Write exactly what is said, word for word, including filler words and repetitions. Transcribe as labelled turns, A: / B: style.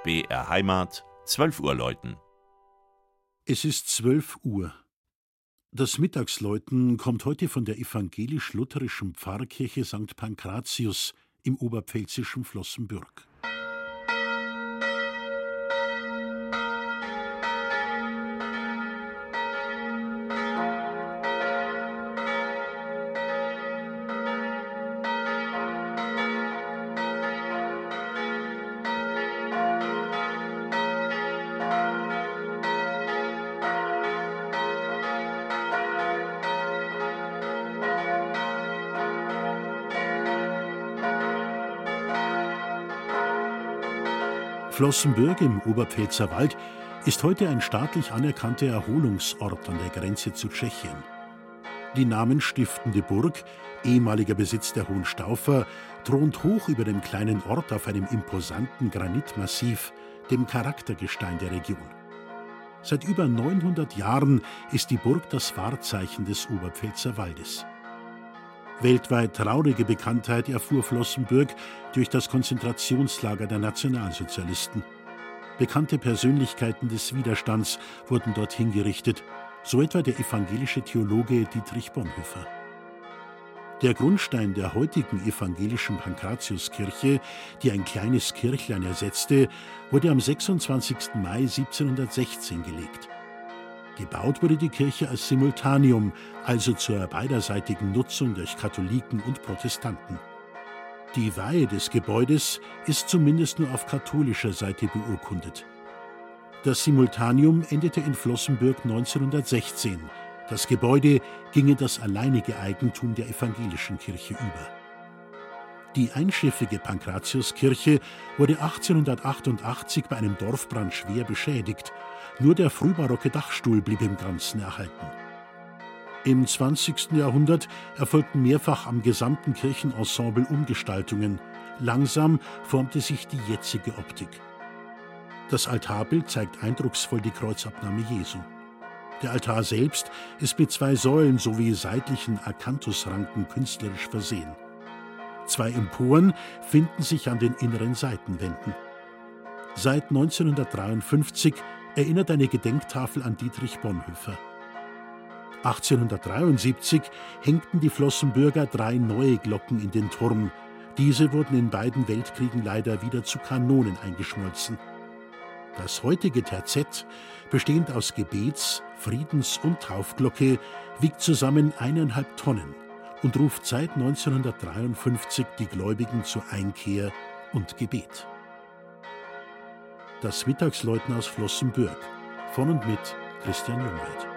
A: B R Heimat, zwölf Uhr läuten.
B: Es ist zwölf Uhr. Das Mittagsläuten kommt heute von der evangelisch-lutherischen Pfarrkirche Sankt Pankratius im oberpfälzischen Flossenbürg. Flossenbürg im Oberpfälzer Wald ist heute ein staatlich anerkannter Erholungsort an der Grenze zu Tschechien. Die namenstiftende Burg, ehemaliger Besitz der Hohenstaufer, thront hoch über dem kleinen Ort auf einem imposanten Granitmassiv, dem Charaktergestein der Region. Seit über neunhundert Jahren ist die Burg das Wahrzeichen des Oberpfälzer Waldes. Weltweit traurige Bekanntheit erfuhr Flossenbürg durch das Konzentrationslager der Nationalsozialisten. Bekannte Persönlichkeiten des Widerstands wurden dorthin gerichtet, so etwa der evangelische Theologe Dietrich Bonhoeffer. Der Grundstein der heutigen evangelischen Pankratiuskirche, die ein kleines Kirchlein ersetzte, wurde am sechsundzwanzigsten Mai siebzehnhundertsechzehn gelegt. Gebaut wurde die Kirche als Simultanium, also zur beiderseitigen Nutzung durch Katholiken und Protestanten. Die Weihe des Gebäudes ist zumindest nur auf katholischer Seite beurkundet. Das Simultanium endete in Flossenbürg neunzehnhundertsechzehn. Das Gebäude ging in das alleinige Eigentum der evangelischen Kirche über. Die einschiffige Pankratiuskirche wurde achtzehnhundertachtundachtzig bei einem Dorfbrand schwer beschädigt. Nur der frühbarocke Dachstuhl blieb im Ganzen erhalten. Im zwanzigsten Jahrhundert erfolgten mehrfach am gesamten Kirchenensemble Umgestaltungen. Langsam formte sich die jetzige Optik. Das Altarbild zeigt eindrucksvoll die Kreuzabnahme Jesu. Der Altar selbst ist mit zwei Säulen sowie seitlichen Akanthusranken künstlerisch versehen. Zwei Emporen finden sich an den inneren Seitenwänden. Seit neunzehnhundertdreiundfünfzig erinnert eine Gedenktafel an Dietrich Bonhoeffer. achtzehnhundertdreiundsiebzig hängten die Flossenbürger drei neue Glocken in den Turm. Diese wurden in beiden Weltkriegen leider wieder zu Kanonen eingeschmolzen. Das heutige Terzett, bestehend aus Gebets-, Friedens- und Taufglocke, wiegt zusammen eineinhalb Tonnen und ruft seit neunzehnhundertdreiundfünfzig die Gläubigen zur Einkehr und Gebet. Das Mittagsläuten aus Flossenbürg von und mit Christian Jungwirth.